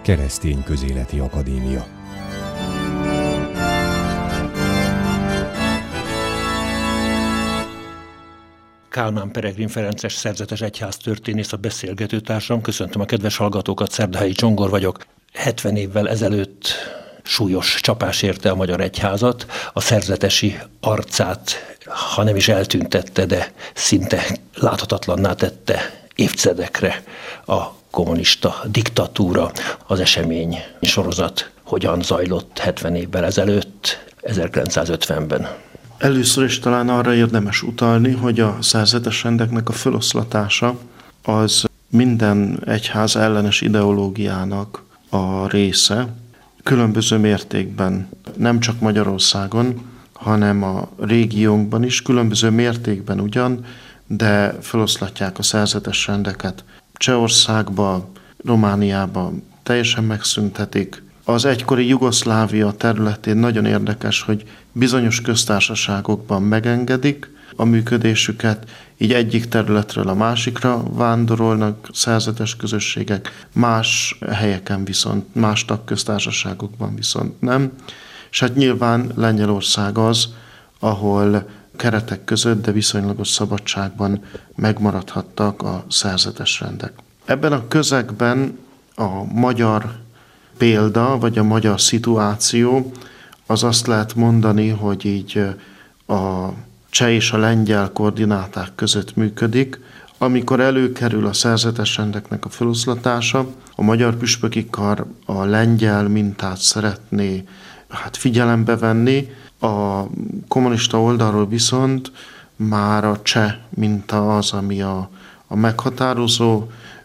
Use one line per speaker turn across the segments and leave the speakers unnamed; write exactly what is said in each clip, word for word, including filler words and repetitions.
Keresztény Közéleti Akadémia.
Kálmán Peregrin Ferences szerzetes egyháztörténész a beszélgetőtársam. Köszöntöm a kedves hallgatókat, Szerdahelyi Csongor vagyok. hetven évvel ezelőtt súlyos csapás érte a magyar egyházat, a szerzetesi arcát, ha nem is eltüntette, de szinte láthatatlanná tette évtizedekre a kommunista diktatúra. Az esemény sorozat hogyan zajlott hetven évvel ezelőtt, ezerkilencszázötvenben?
Először is talán arra érdemes utalni, hogy a szerzetes rendeknek a feloszlatása az minden egyház ellenes ideológiának a része, különböző mértékben, nem csak Magyarországon, hanem a régiónkban is, különböző mértékben ugyan, de feloszlatják a szerzetes rendeket. Csehországba, Romániába teljesen megszüntetik. Az egykori Jugoszlávia területén nagyon érdekes, hogy bizonyos köztársaságokban megengedik a működésüket, így egyik területről a másikra vándorolnak szerzetes közösségek, más helyeken viszont, más tagköztársaságokban viszont nem. És hát nyilván Lengyelország az, ahol keretek között, de viszonylagos szabadságban megmaradhattak a szerzetes rendek. Ebben a közegben a magyar példa, vagy a magyar szituáció, az azt lehet mondani, hogy így a cseh és a lengyel koordináták között működik. Amikor előkerül a szerzetes rendeknek a feloszlatása, a magyar püspöki kar a lengyel mintát szeretné hát figyelembe venni, a kommunista oldalról viszont már a cseh minta az, ami a, a meghatározó.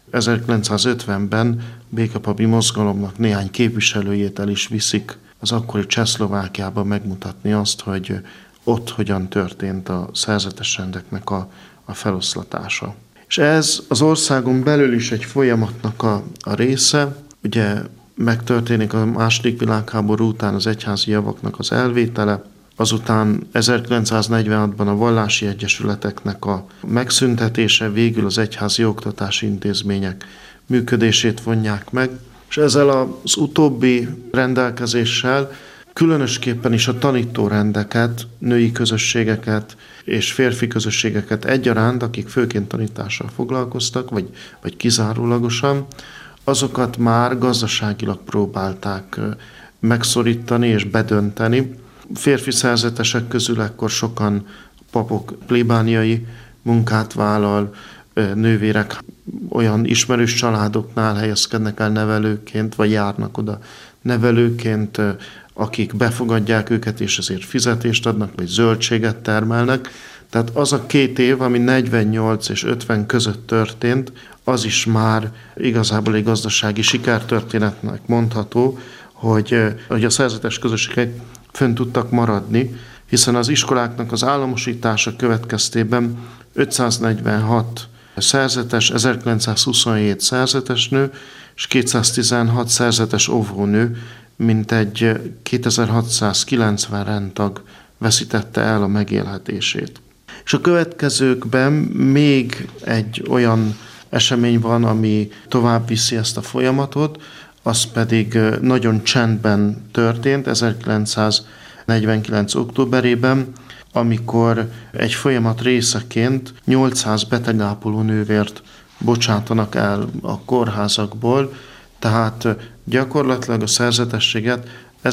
ezerkilencszázötvenben békepapi mozgalomnak néhány képviselőjét el is viszik az akkori Csehszlovákiába megmutatni azt, hogy ott hogyan történt a szerzetes rendeknek a, a feloszlatása. És ez az országon belül is egy folyamatnak a, a része. Ugye megtörténik a második világháború után az egyházi javaknak az elvétele, azután ezerkilencszáznegyvenhatban a vallási egyesületeknek a megszüntetése, végül az egyházi oktatási intézmények működését vonják meg, és ezzel az utóbbi rendelkezéssel különösképpen is a tanítórendeket, női közösségeket és férfi közösségeket egyaránt, akik főként tanítással foglalkoztak, vagy, vagy kizárólagosan, azokat már gazdaságilag próbálták megszorítani és bedönteni. Férfi szerzetesek közül ekkor sokan papok plébániai munkát vállal, nővérek olyan ismerős családoknál helyezkednek el nevelőként, vagy járnak oda nevelőként, akik befogadják őket, és ezért fizetést adnak, vagy zöldséget termelnek. Tehát az a két év, ami negyvennyolc és ötven között történt, az is már igazából egy gazdasági sikertörténetnek mondható, hogy, hogy a szerzetes közösségek fönn tudtak maradni, hiszen az iskoláknak az államosítása következtében ötszáznegyvenhat szerzetes, ezerkilencszázhuszonhét szerzetes nő és kétszáztizenhat szerzetes óvónő, mintegy kétezer-hatszázkilencven rendtag veszítette el a megélhetését. És a következőkben még egy olyan esemény van, ami tovább viszi ezt a folyamatot, az pedig nagyon csendben történt ezerkilencszáznegyvenkilenc. októberében, amikor egy folyamat részeként nyolcszáz betegápoló nővért bocsátanak el a kórházakból, tehát gyakorlatilag a szerzetességet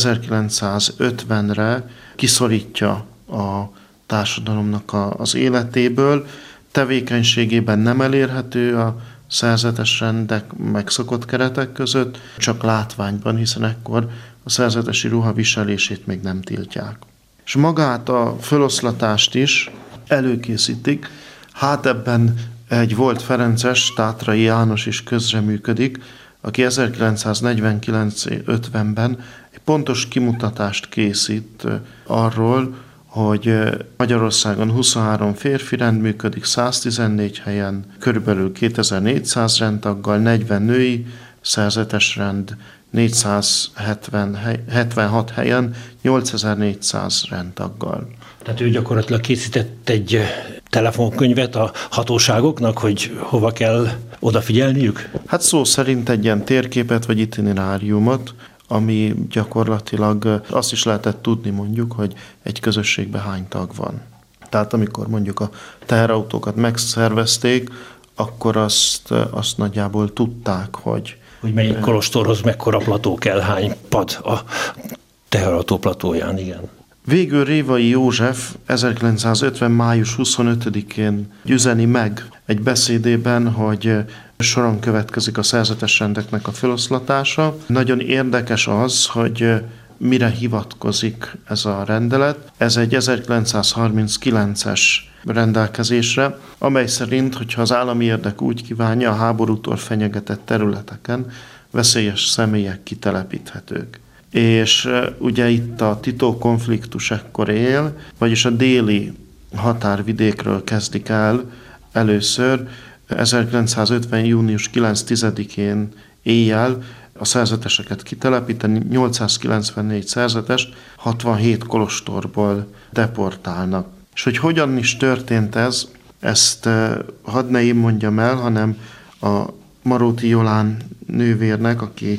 ezerkilencszázötvenre kiszorítja a társadalomnak az életéből, tevékenységében nem elérhető a szerzetes rendek megszokott keretek között, csak látványban, hiszen ekkor a szerzetesi ruha viselését még nem tiltják. És magát a feloszlatást is előkészítik, hát ebben egy volt ferences, Tátrai János is közreműködik, aki ezerkilencszáznegyvenkilenc ötvenben egy pontos kimutatást készít arról, hogy Magyarországon huszonhárom férfi rend működik, száztizennégy helyen, körülbelül kétezer-négyszáz rendtaggal, negyven női szerzetes rend, négyszázhetvenhat helyen, nyolcezer-négyszáz rendtaggal.
Tehát ő gyakorlatilag készített egy telefonkönyvet a hatóságoknak, hogy hova kell odafigyelniük?
Hát szó szerint egy ilyen térképet vagy itineráriumot, ami gyakorlatilag azt is lehetett tudni mondjuk, hogy egy közösségben hány tag van. Tehát amikor mondjuk a teherautókat megszervezték, akkor azt, azt nagyjából tudták, hogy...
Hogy melyik kolostorhoz mekkora plató kell, hány pad a teherautó platóján, igen.
Végül Révai József ezerkilencszázötven. május huszonötödikén üzeni meg egy beszédében, hogy soron következik a szerzetes rendeknek a feloszlatása. Nagyon érdekes az, hogy mire hivatkozik ez a rendelet. Ez egy ezerkilencszázharminckilences rendelkezésre, amely szerint, hogyha az állami érdek úgy kívánja, a háborútól fenyegetett területeken veszélyes személyek kitelepíthetők. És ugye itt a Tito konfliktus ekkor él, vagyis a déli határvidékről kezdik el először, ezerkilencszázötven. június kilencedikén éjjel a szerzeteseket kitelepíteni, nyolcszázkilencvennégy szerzetest hatvanhét kolostorból deportálnak. És hogy hogyan is történt ez, ezt hadd ne én mondjam el, hanem a Maróti Jolán nővérnek, aki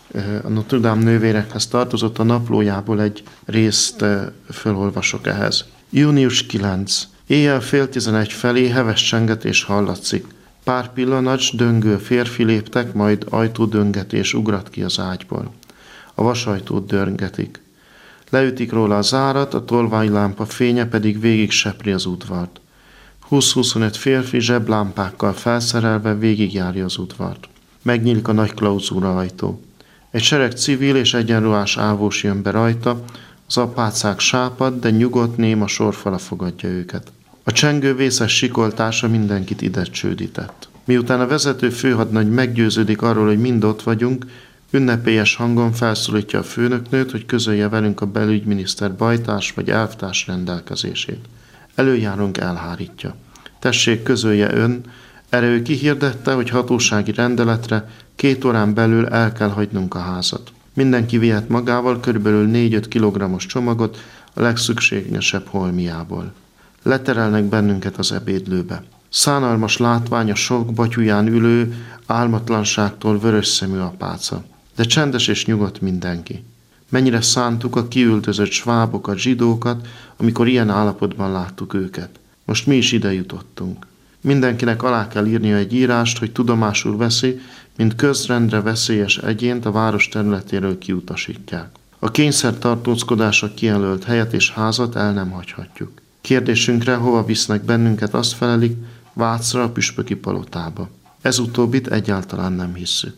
a Notre Dame nővérekhez tartozott, a naplójából egy részt felolvasok ehhez. június kilencedike. Éjjel fél tizenegy felé heves csengetés hallatszik. Pár pillanat, döngő férfi léptek, majd ajtódöngetés ugrat ki az ágyból. A vasajtót döngetik. Leütik róla a zárat, a tolványlámpa fénye pedig végig sepri az udvart. húsz-huszonöt férfi zseblámpákkal felszerelve végigjárja az udvart. Megnyílik a nagy klauzúra ajtó. Egy sereg civil és egyenruhás ávós jön be rajta, az apácák sápad, de nyugodt néma sorfala fogadja őket. A csengő vészes sikoltása mindenkit ide csődített. Miután a vezető főhadnagy meggyőződik arról, hogy mind ott vagyunk, ünnepélyes hangon felszólítja a főnöknőt, hogy közölje velünk a belügyminiszter bajtás vagy elvtárs rendelkezését. Előjárunk elhárítja. Tessék, közölje ön, erre ő kihirdette, hogy hatósági rendeletre két órán belül el kell hagynunk a házat. Mindenki vihet magával körülbelül négy-öt kilogrammos csomagot a legszükségesebb holmiából. Leterelnek bennünket az ebédlőbe. Szánalmas látvány a sok batyuján ülő, álmatlanságtól vörös szemű apáca. De csendes és nyugodt mindenki. Mennyire szántuk a kiüldözött svábokat, zsidókat, amikor ilyen állapotban láttuk őket. Most mi is ide jutottunk. Mindenkinek alá kell írnia egy írást, hogy tudomásul veszi, mint közrendre veszélyes egyént a város területéről kiutasítják. A kényszer tartózkodásra kijelölt helyet és házat el nem hagyhatjuk. Kérdésünkre, hova visznek bennünket, azt felelik, Vácra, a püspöki palotába. Ez utóbbit egyáltalán nem hisszük.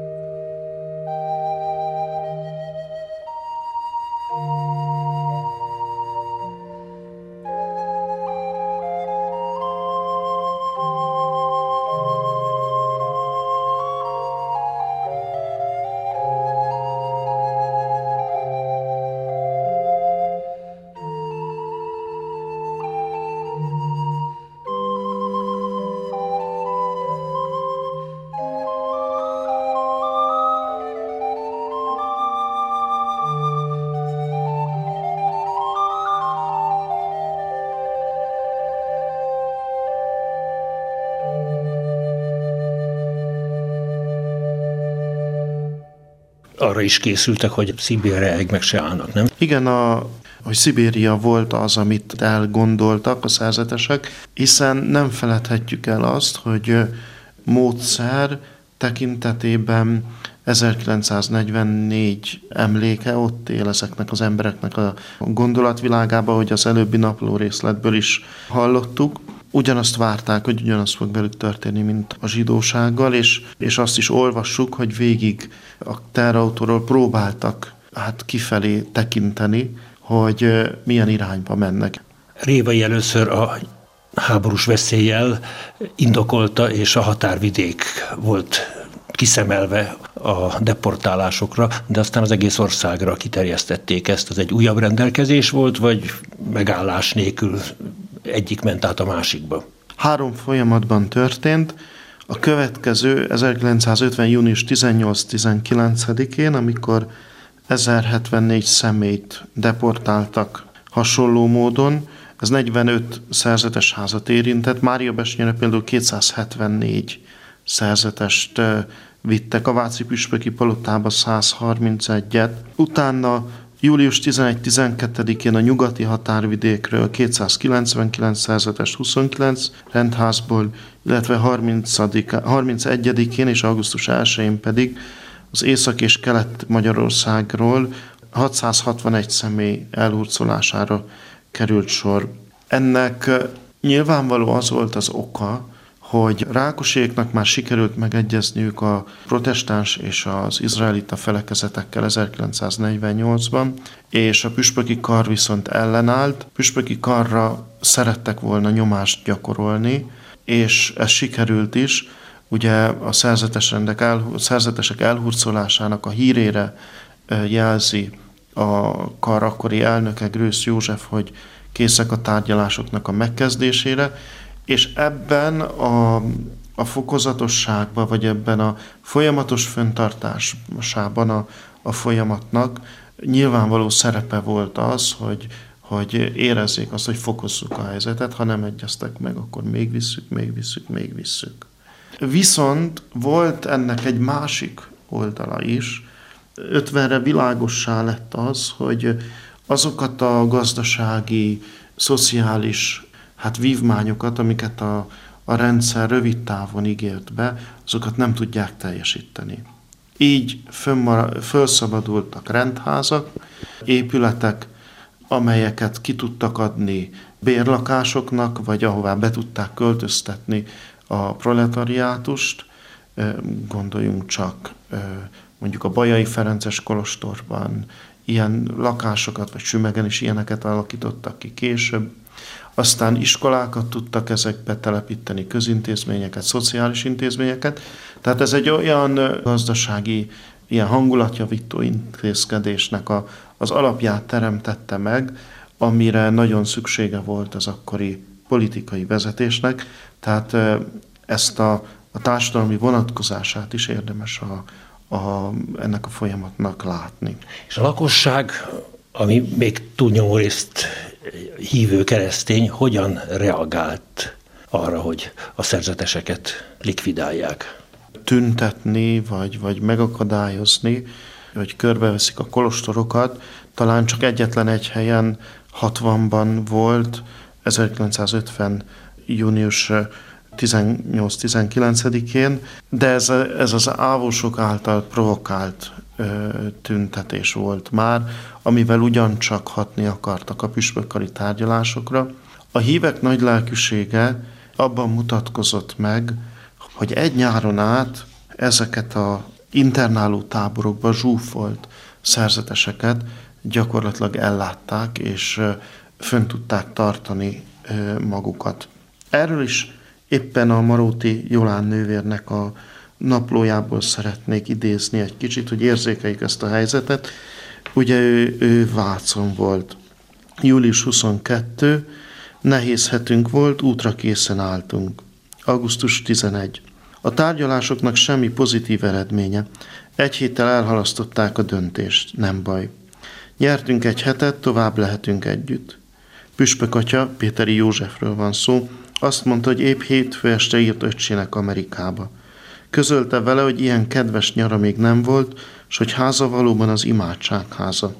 Arra is készültek, hogy Szibériáig meg se állnak, nem?
Igen, a, hogy Szibéria volt az, amit elgondoltak a szerzetesek, hiszen nem feledhetjük el azt, hogy módszer tekintetében ezerkilencszáznegyvennégy emléke ott él ezeknek az embereknek a gondolatvilágába, hogy az előbbi napló részletből is hallottuk. Ugyanazt várták, hogy ugyanazt fog velük történni, mint a zsidósággal, és, és azt is olvassuk, hogy végig a teherautóról próbáltak hát kifelé tekinteni, hogy milyen irányba mennek.
Révai először a háborús veszéllyel indokolta, és a határvidék volt kiszemelve a deportálásokra, de aztán az egész országra kiterjesztették ezt. Ez egy újabb rendelkezés volt, vagy megállás nélkül egyik ment át a másikba?
Három folyamatban történt. A következő ezerkilencszázötven. június tizennyolc-tizenkilencedikén, amikor ezerhetvennégy személyt deportáltak hasonló módon, Ez negyvenöt szerzetes házat érintett, Máriabestyenre például kétszázhetvennégy szerzetest vittek, a váci püspöki palotába száz harmincegyet. Utána július tizenegy-tizenkettedikén a nyugati határvidékről kétszázkilencvenkilenc szerzetest huszonkilenc rendházból, illetve harmincegyedikén és augusztus elsején pedig az Észak- és Kelet-Magyarországról hatszázhatvanegy személy elhurcolására került sor. Ennek nyilvánvaló az volt az oka, hogy Rákoséknak már sikerült megegyezniük a protestáns és az izraelita felekezetekkel ezerkilencszáznegyvennyolcban, és a püspöki kar viszont ellenállt. Püspöki karra szerettek volna nyomást gyakorolni, és ez sikerült is. Ugye a szerzetes rendek el, szerzetesek elhurcolásának a hírére jelzi a kar akkori elnöke, Grősz József, hogy készek a tárgyalásoknak a megkezdésére, és ebben a, a fokozatosságban, vagy ebben a folyamatos fenntartásában a, a folyamatnak nyilvánvaló szerepe volt az, hogy, hogy érezzék azt, hogy fokozzuk a helyzetet, ha nem egyeztek meg, akkor még visszük, még visszük, még visszük. Viszont volt ennek egy másik oldala is. ötvenre világossá lett az, hogy azokat a gazdasági, szociális hát vívmányokat, amiket a, a rendszer rövid távon ígért be, azokat nem tudják teljesíteni. Így fönnmar, fölszabadultak rendházak, épületek, amelyeket ki tudtak adni bérlakásoknak, vagy ahová be tudták költöztetni a proletariátust. Gondoljunk csak mondjuk a Bajai Ferences kolostorban, ilyen lakásokat, vagy Sümegen is ilyeneket alakítottak ki később. Aztán iskolákat tudtak ezekbe telepíteni, közintézményeket, szociális intézményeket. Tehát ez egy olyan gazdasági, ilyen hangulatjavító intézkedésnek a, az alapját teremtette meg, amire nagyon szüksége volt az akkori politikai vezetésnek. Tehát ezt a, a társadalmi vonatkozását is érdemes a, a, ennek a folyamatnak látni.
És a lakosság, ami még túlnyomó részt hívő keresztény, hogyan reagált arra, hogy a szerzeteseket likvidálják?
Tüntetni, vagy, vagy megakadályozni, hogy körbeveszik a kolostorokat. Talán csak egyetlen egy helyen, hatvanban volt, ezerkilencszázötven. június tizennyolc-tizenkilencedikén, de ez, ez az ávósok által provokált ö, tüntetés volt már, amivel ugyancsak hatni akartak a püspökkari tárgyalásokra. A hívek nagy lelkűsége abban mutatkozott meg, hogy egy nyáron át ezeket a internáló táborokba zsúfolt szerzeteseket gyakorlatilag ellátták, és fönn tudták tartani magukat. Erről is éppen a Maróti Jolán nővérnek a naplójából szeretnék idézni egy kicsit, hogy érzékeljük ezt a helyzetet. Ugye ő, ő Vácon volt. július huszonkettő, nehéz hetünk volt, útra készen álltunk. augusztus tizenegy. A tárgyalásoknak semmi pozitív eredménye. Egy héttel elhalasztották a döntést, nem baj. Nyertünk egy hetet, tovább lehetünk együtt. Püspök atya, Péteri Józsefről van szó, azt mondta, hogy épp hétfő este írt öccsének Amerikába. Közölte vele, hogy ilyen kedves nyara még nem volt, s hogy háza valóban az imádságháza.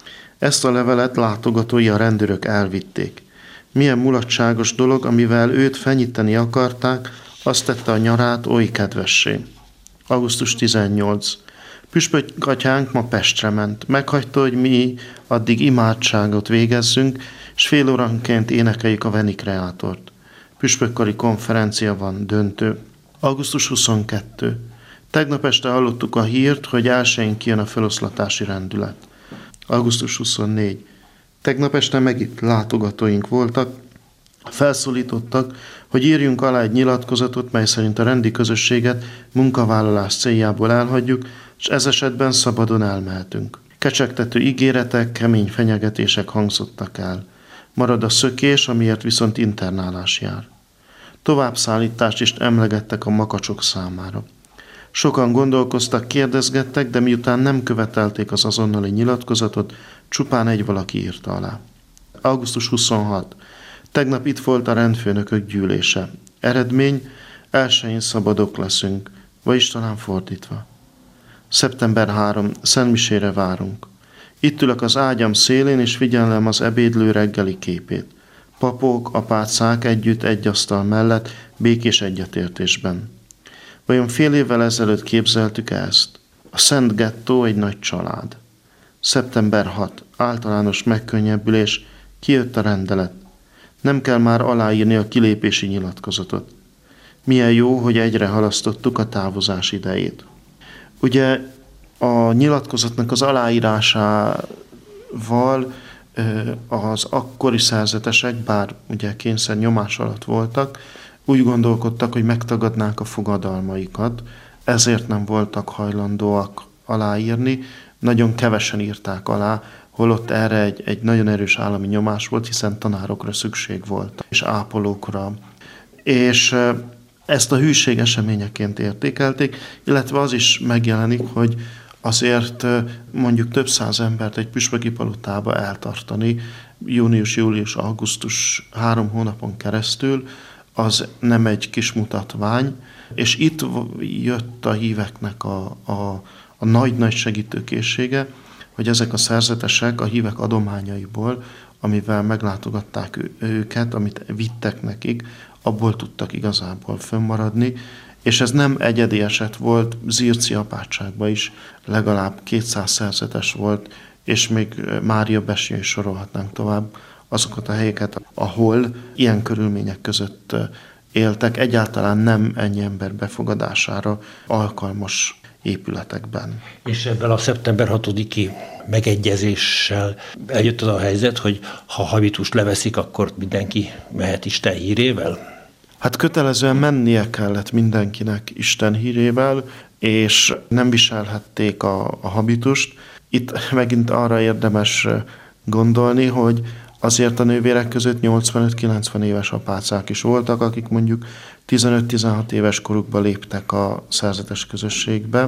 Ezt a levelet látogatói a rendőrök elvitték. Milyen mulatságos dolog, amivel őt fenyíteni akarták, azt tette a nyarát oly kedvessé. augusztus tizennyolc. Püspök atyánk ma Pestre ment. Meghagyta, hogy mi addig imádságot végezzünk, és fél óranként énekeljük a Veni Creatort. Püspökkari konferencia van, döntő. augusztus huszonkettő. Tegnap este hallottuk a hírt, hogy elsőjén kijön a feloszlatási rendület. augusztus huszonnégy. Tegnap este megint látogatóink voltak, felszólítottak, hogy írjunk alá egy nyilatkozatot, mely szerint a rendi közösséget munkavállalás céljából elhagyjuk, és ez esetben szabadon elmehetünk. Kecsegtető ígéretek, kemény fenyegetések hangzottak el. Marad a szökés, amiért viszont internálás jár. Továbbszállítást is emlegettek a makacsok számára. Sokan gondolkoztak, kérdezgettek, de miután nem követelték az azonnali nyilatkozatot, csupán egy valaki írta alá. augusztus huszonhat. Tegnap itt volt a rendfőnökök gyűlése. Eredmény, elsőjén szabadok leszünk, vagyis talán fordítva. szeptember harmadika, szentmisére várunk. Itt ülök az ágyam szélén, és figyelem az ebédlő reggeli képét. Papok, apácák együtt egy asztal mellett, békés egyetértésben. Vajon fél évvel ezelőtt képzeltük ezt? A Szent Gettó egy nagy család. szeptember hatodika, általános megkönnyebbülés, kijött a rendelet. Nem kell már aláírni a kilépési nyilatkozatot. Milyen jó, hogy egyre halasztottuk a távozás idejét. Ugye a nyilatkozatnak az aláírásával az akkori szerzetesek, bár ugye kényszer nyomás alatt voltak, úgy gondolkodtak, hogy megtagadnák a fogadalmaikat, ezért nem voltak hajlandóak aláírni, nagyon kevesen írták alá, holott erre egy, egy nagyon erős állami nyomás volt, hiszen tanárokra szükség volt, és ápolókra. És ezt a hűség eseményeként értékelték, illetve az is megjelenik, hogy azért mondjuk több száz embert egy püspöki palotába eltartani június, július, augusztus három hónapon keresztül, az nem egy kis mutatvány, és itt jött a híveknek a, a, a nagy-nagy segítőkészsége, hogy ezek a szerzetesek a hívek adományaiból, amivel meglátogatták ő, őket, amit vittek nekik, abból tudtak igazából fönnmaradni, és ez nem egyedi eset volt, Zirci apátságban is legalább kétszáz szerzetes volt, és még Mária Besjén is sorolhatnánk tovább azokat a helyeket, ahol ilyen körülmények között éltek, egyáltalán nem ennyi ember befogadására alkalmas épületekben.
És ebben a szeptember hatodiki megegyezéssel eljött az a helyzet, hogy ha habitust leveszik, akkor mindenki mehet Isten hírével?
Hát kötelezően mennie kellett mindenkinek Isten hírével, és nem viselhették a, a habitust. Itt megint arra érdemes gondolni, hogy azért a nővérek között nyolcvanöt-kilencven éves apácák is voltak, akik mondjuk tizenöt-tizenhat éves korukba léptek a szerzetes közösségbe,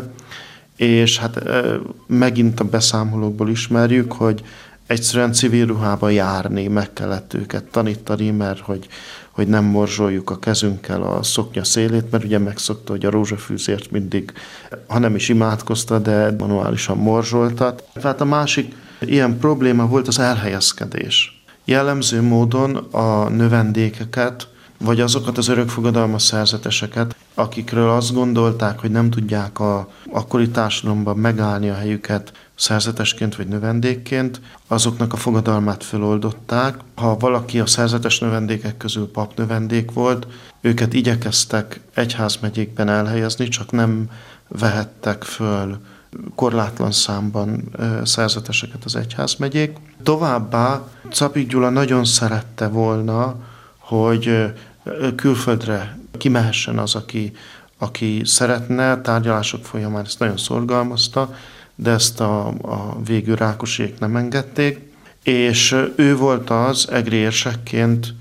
és hát megint a beszámolókból ismerjük, hogy egyszerűen civil ruhába járni, meg kellett őket tanítani, mert hogy, hogy nem morzsoljuk a kezünkkel a szoknya szélét, mert ugye megszokta, hogy a rózsafűzért mindig, ha nem is imádkozta, de manuálisan morzsoltat. Tehát a másik ilyen probléma volt az elhelyezkedés. Jellemző módon a növendékeket, vagy azokat az örökfogadalmas szerzeteseket, akikről azt gondolták, hogy nem tudják a akkori társadalomban megállni a helyüket szerzetesként vagy növendékként, azoknak a fogadalmát feloldották. Ha valaki a szerzetes növendékek közül papnövendék volt, őket igyekeztek egyházmegyékben elhelyezni, csak nem vehettek föl korlátlan számban szerzeteseket az egyházmegyék. Továbbá Czapik Gyula nagyon szerette volna, hogy külföldre kimehessen az, aki, aki szeretne. Tárgyalások folyamán ezt nagyon szorgalmazta, de ezt a, a végül Rákosék nem engedték. És ő volt az egri érsekként,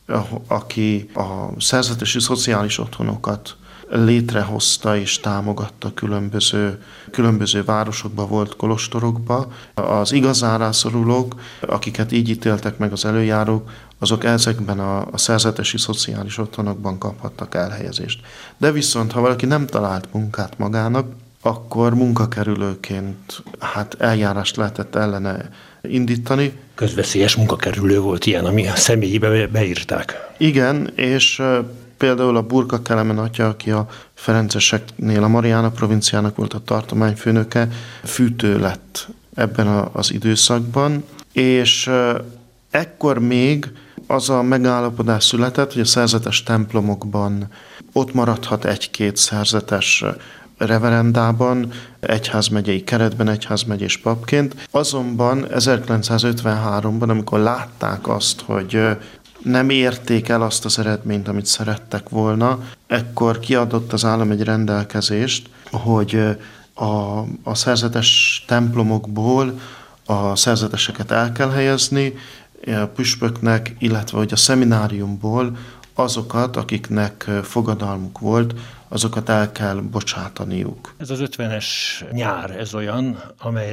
aki a szerzetesi szociális otthonokat létrehozta és támogatta különböző, különböző városokba, volt kolostorokba. Az igazán rászorulók, akiket így ítéltek meg az előjárók, azok ezekben a, a szerzetesi szociális otthonokban kaphattak elhelyezést. De viszont, ha valaki nem talált munkát magának, akkor munkakerülőként hát eljárást lehetett ellene indítani.
Közveszélyes munkakerülő volt ilyen, ami a személyébe beírták.
Igen, és például a Burka Kelemen atya, aki a ferenceseknél a Mariana provinciának volt a tartományfőnöke, fűtő lett ebben a, az időszakban, és ekkor még az a megállapodás született, hogy a szerzetes templomokban ott maradhat egy-két szerzetes reverendában, egyházmegyei keretben, egyházmegyés papként. Azonban ezerkilencszázötvenháromban, amikor látták azt, hogy nem érték el azt az eredményt, amit szerettek volna, ekkor kiadott az állam egy rendelkezést, hogy a, a szerzetes templomokból a szerzeteseket el kell helyezni, a püspöknek, illetve hogy a szemináriumból azokat, akiknek fogadalmuk volt, azokat el kell bocsátaniuk.
Ez az ötvenes nyár, ez olyan, amelyre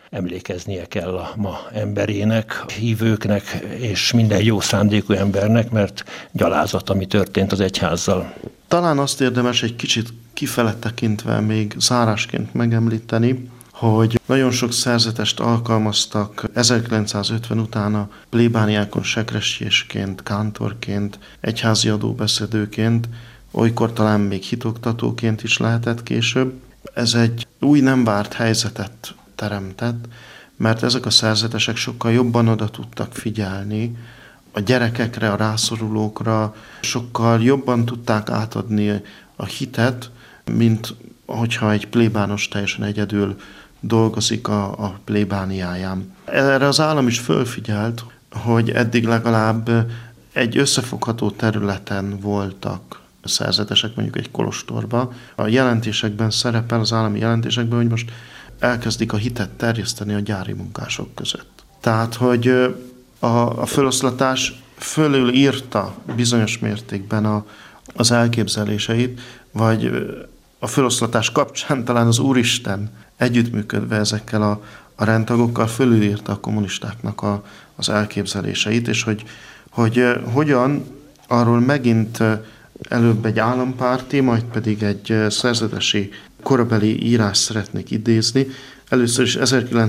emlékeznie kell a ma emberének, hívőknek és minden jó szándékú embernek, mert gyalázat, ami történt az egyházzal.
Talán azt érdemes egy kicsit kifele tekintve még zárásként megemlíteni, hogy nagyon sok szerzetest alkalmaztak ezerkilencszázötven után a plébániákon sekrestyésként, kántorként, egyházi adóbeszedőként, olykor talán még hitoktatóként is lehetett később. Ez egy új nem várt helyzetet teremtett, mert ezek a szerzetesek sokkal jobban oda tudtak figyelni a gyerekekre, a rászorulókra, sokkal jobban tudták átadni a hitet, mint hogyha egy plébános teljesen egyedül dolgozik a, a plébániáján. Erre az állam is fölfigyelt, hogy eddig legalább egy összefogható területen voltak szerzetesek, mondjuk egy kolostorba. A jelentésekben szerepel, az állami jelentésekben, hogy most elkezdik a hitet terjeszteni a gyári munkások között. Tehát, hogy a, a föloszlatás fölül írta bizonyos mértékben a, az elképzeléseit, vagy a föloszlatás kapcsán talán az Úristen együttműködve ezekkel a, a rendtagokkal fölülírta a kommunistáknak a, az elképzeléseit, és hogy, hogy hogyan arról megint előbb egy állampárti, majd pedig egy szerzetesi korabeli írást szeretnék idézni. Először is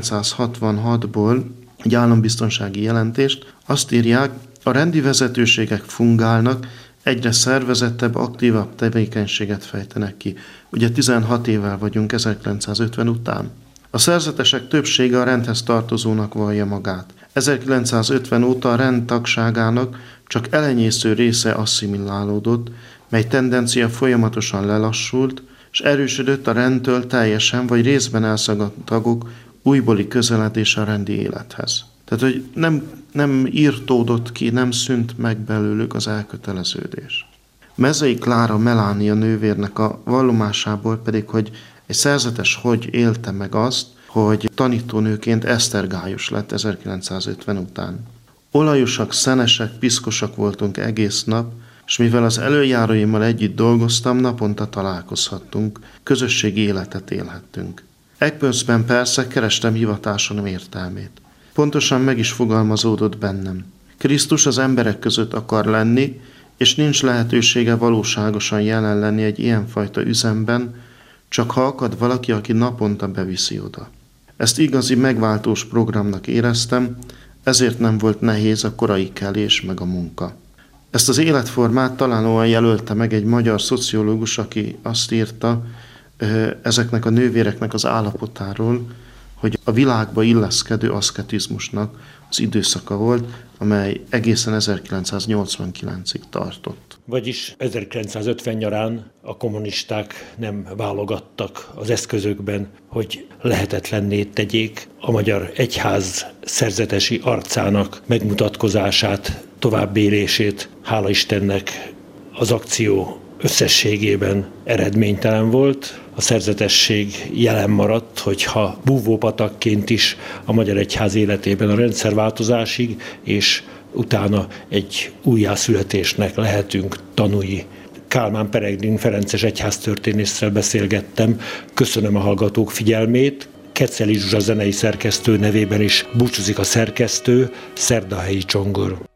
ezerkilencszázhatvanhatból egy állambiztonsági jelentést. Azt írják, a rendi vezetőségek fungálnak, egyre szervezettebb, aktívabb tevékenységet fejtenek ki. Ugye tizenhat évvel vagyunk ezerkilencszázötven után. A szerzetesek többsége a rendhez tartozónak vallja magát. ezerkilencszázötven óta a rend tagságának csak elenyésző része asszimilálódott, mely tendencia folyamatosan lelassult, és erősödött a rendtől teljesen vagy részben elszakadt tagok újbóli közeledése a rendi élethez. Tehát, hogy nem, nem írtódott ki, nem szűnt meg belőlük az elköteleződés. Mezei Klára Melánia nővérnek a vallomásából pedig, hogy egy szerzetes hogy élte meg azt, hogy tanítónőként esztergályos lett ezerkilencszázötven után. Olajosak, szenesek, piszkosak voltunk egész nap, és mivel az előjáróimmal együtt dolgoztam, naponta találkozhattunk, közösségi életet élhettünk. Ekközben persze kerestem hivatásom értelmét. Pontosan meg is fogalmazódott bennem. Krisztus az emberek között akar lenni, és nincs lehetősége valóságosan jelen lenni egy ilyenfajta üzemben, csak ha akad valaki, aki naponta beviszi oda. Ezt igazi megváltós programnak éreztem, ezért nem volt nehéz a korai kelés meg a munka. Ezt az életformát találóan jelölte meg egy magyar szociológus, aki azt írta ezeknek a nővéreknek az állapotáról, hogy a világba illeszkedő aszketizmusnak az időszaka volt, amely egészen ezerkilencszáznyolcvankilencig tartott.
Vagyis ezerkilencszázötven nyarán a kommunisták nem válogattak az eszközökben, hogy lehetetlenné tegyék a magyar egyház szerzetesi arcának megmutatkozását, továbbélését. Hála Istennek az akció összességében eredménytelen volt. A szerzetesség jelen maradt, hogyha búvópatakként is a magyar egyház életében a rendszerváltozásig, és utána egy újjászületésnek lehetünk tanúi. Kálmán Peregrin ferences egyháztörténésszel beszélgettem. Köszönöm a hallgatók figyelmét. Keceli Zsuzsa zenei szerkesztő nevében is búcsúzik a szerkesztő, Szerdahelyi Csongor.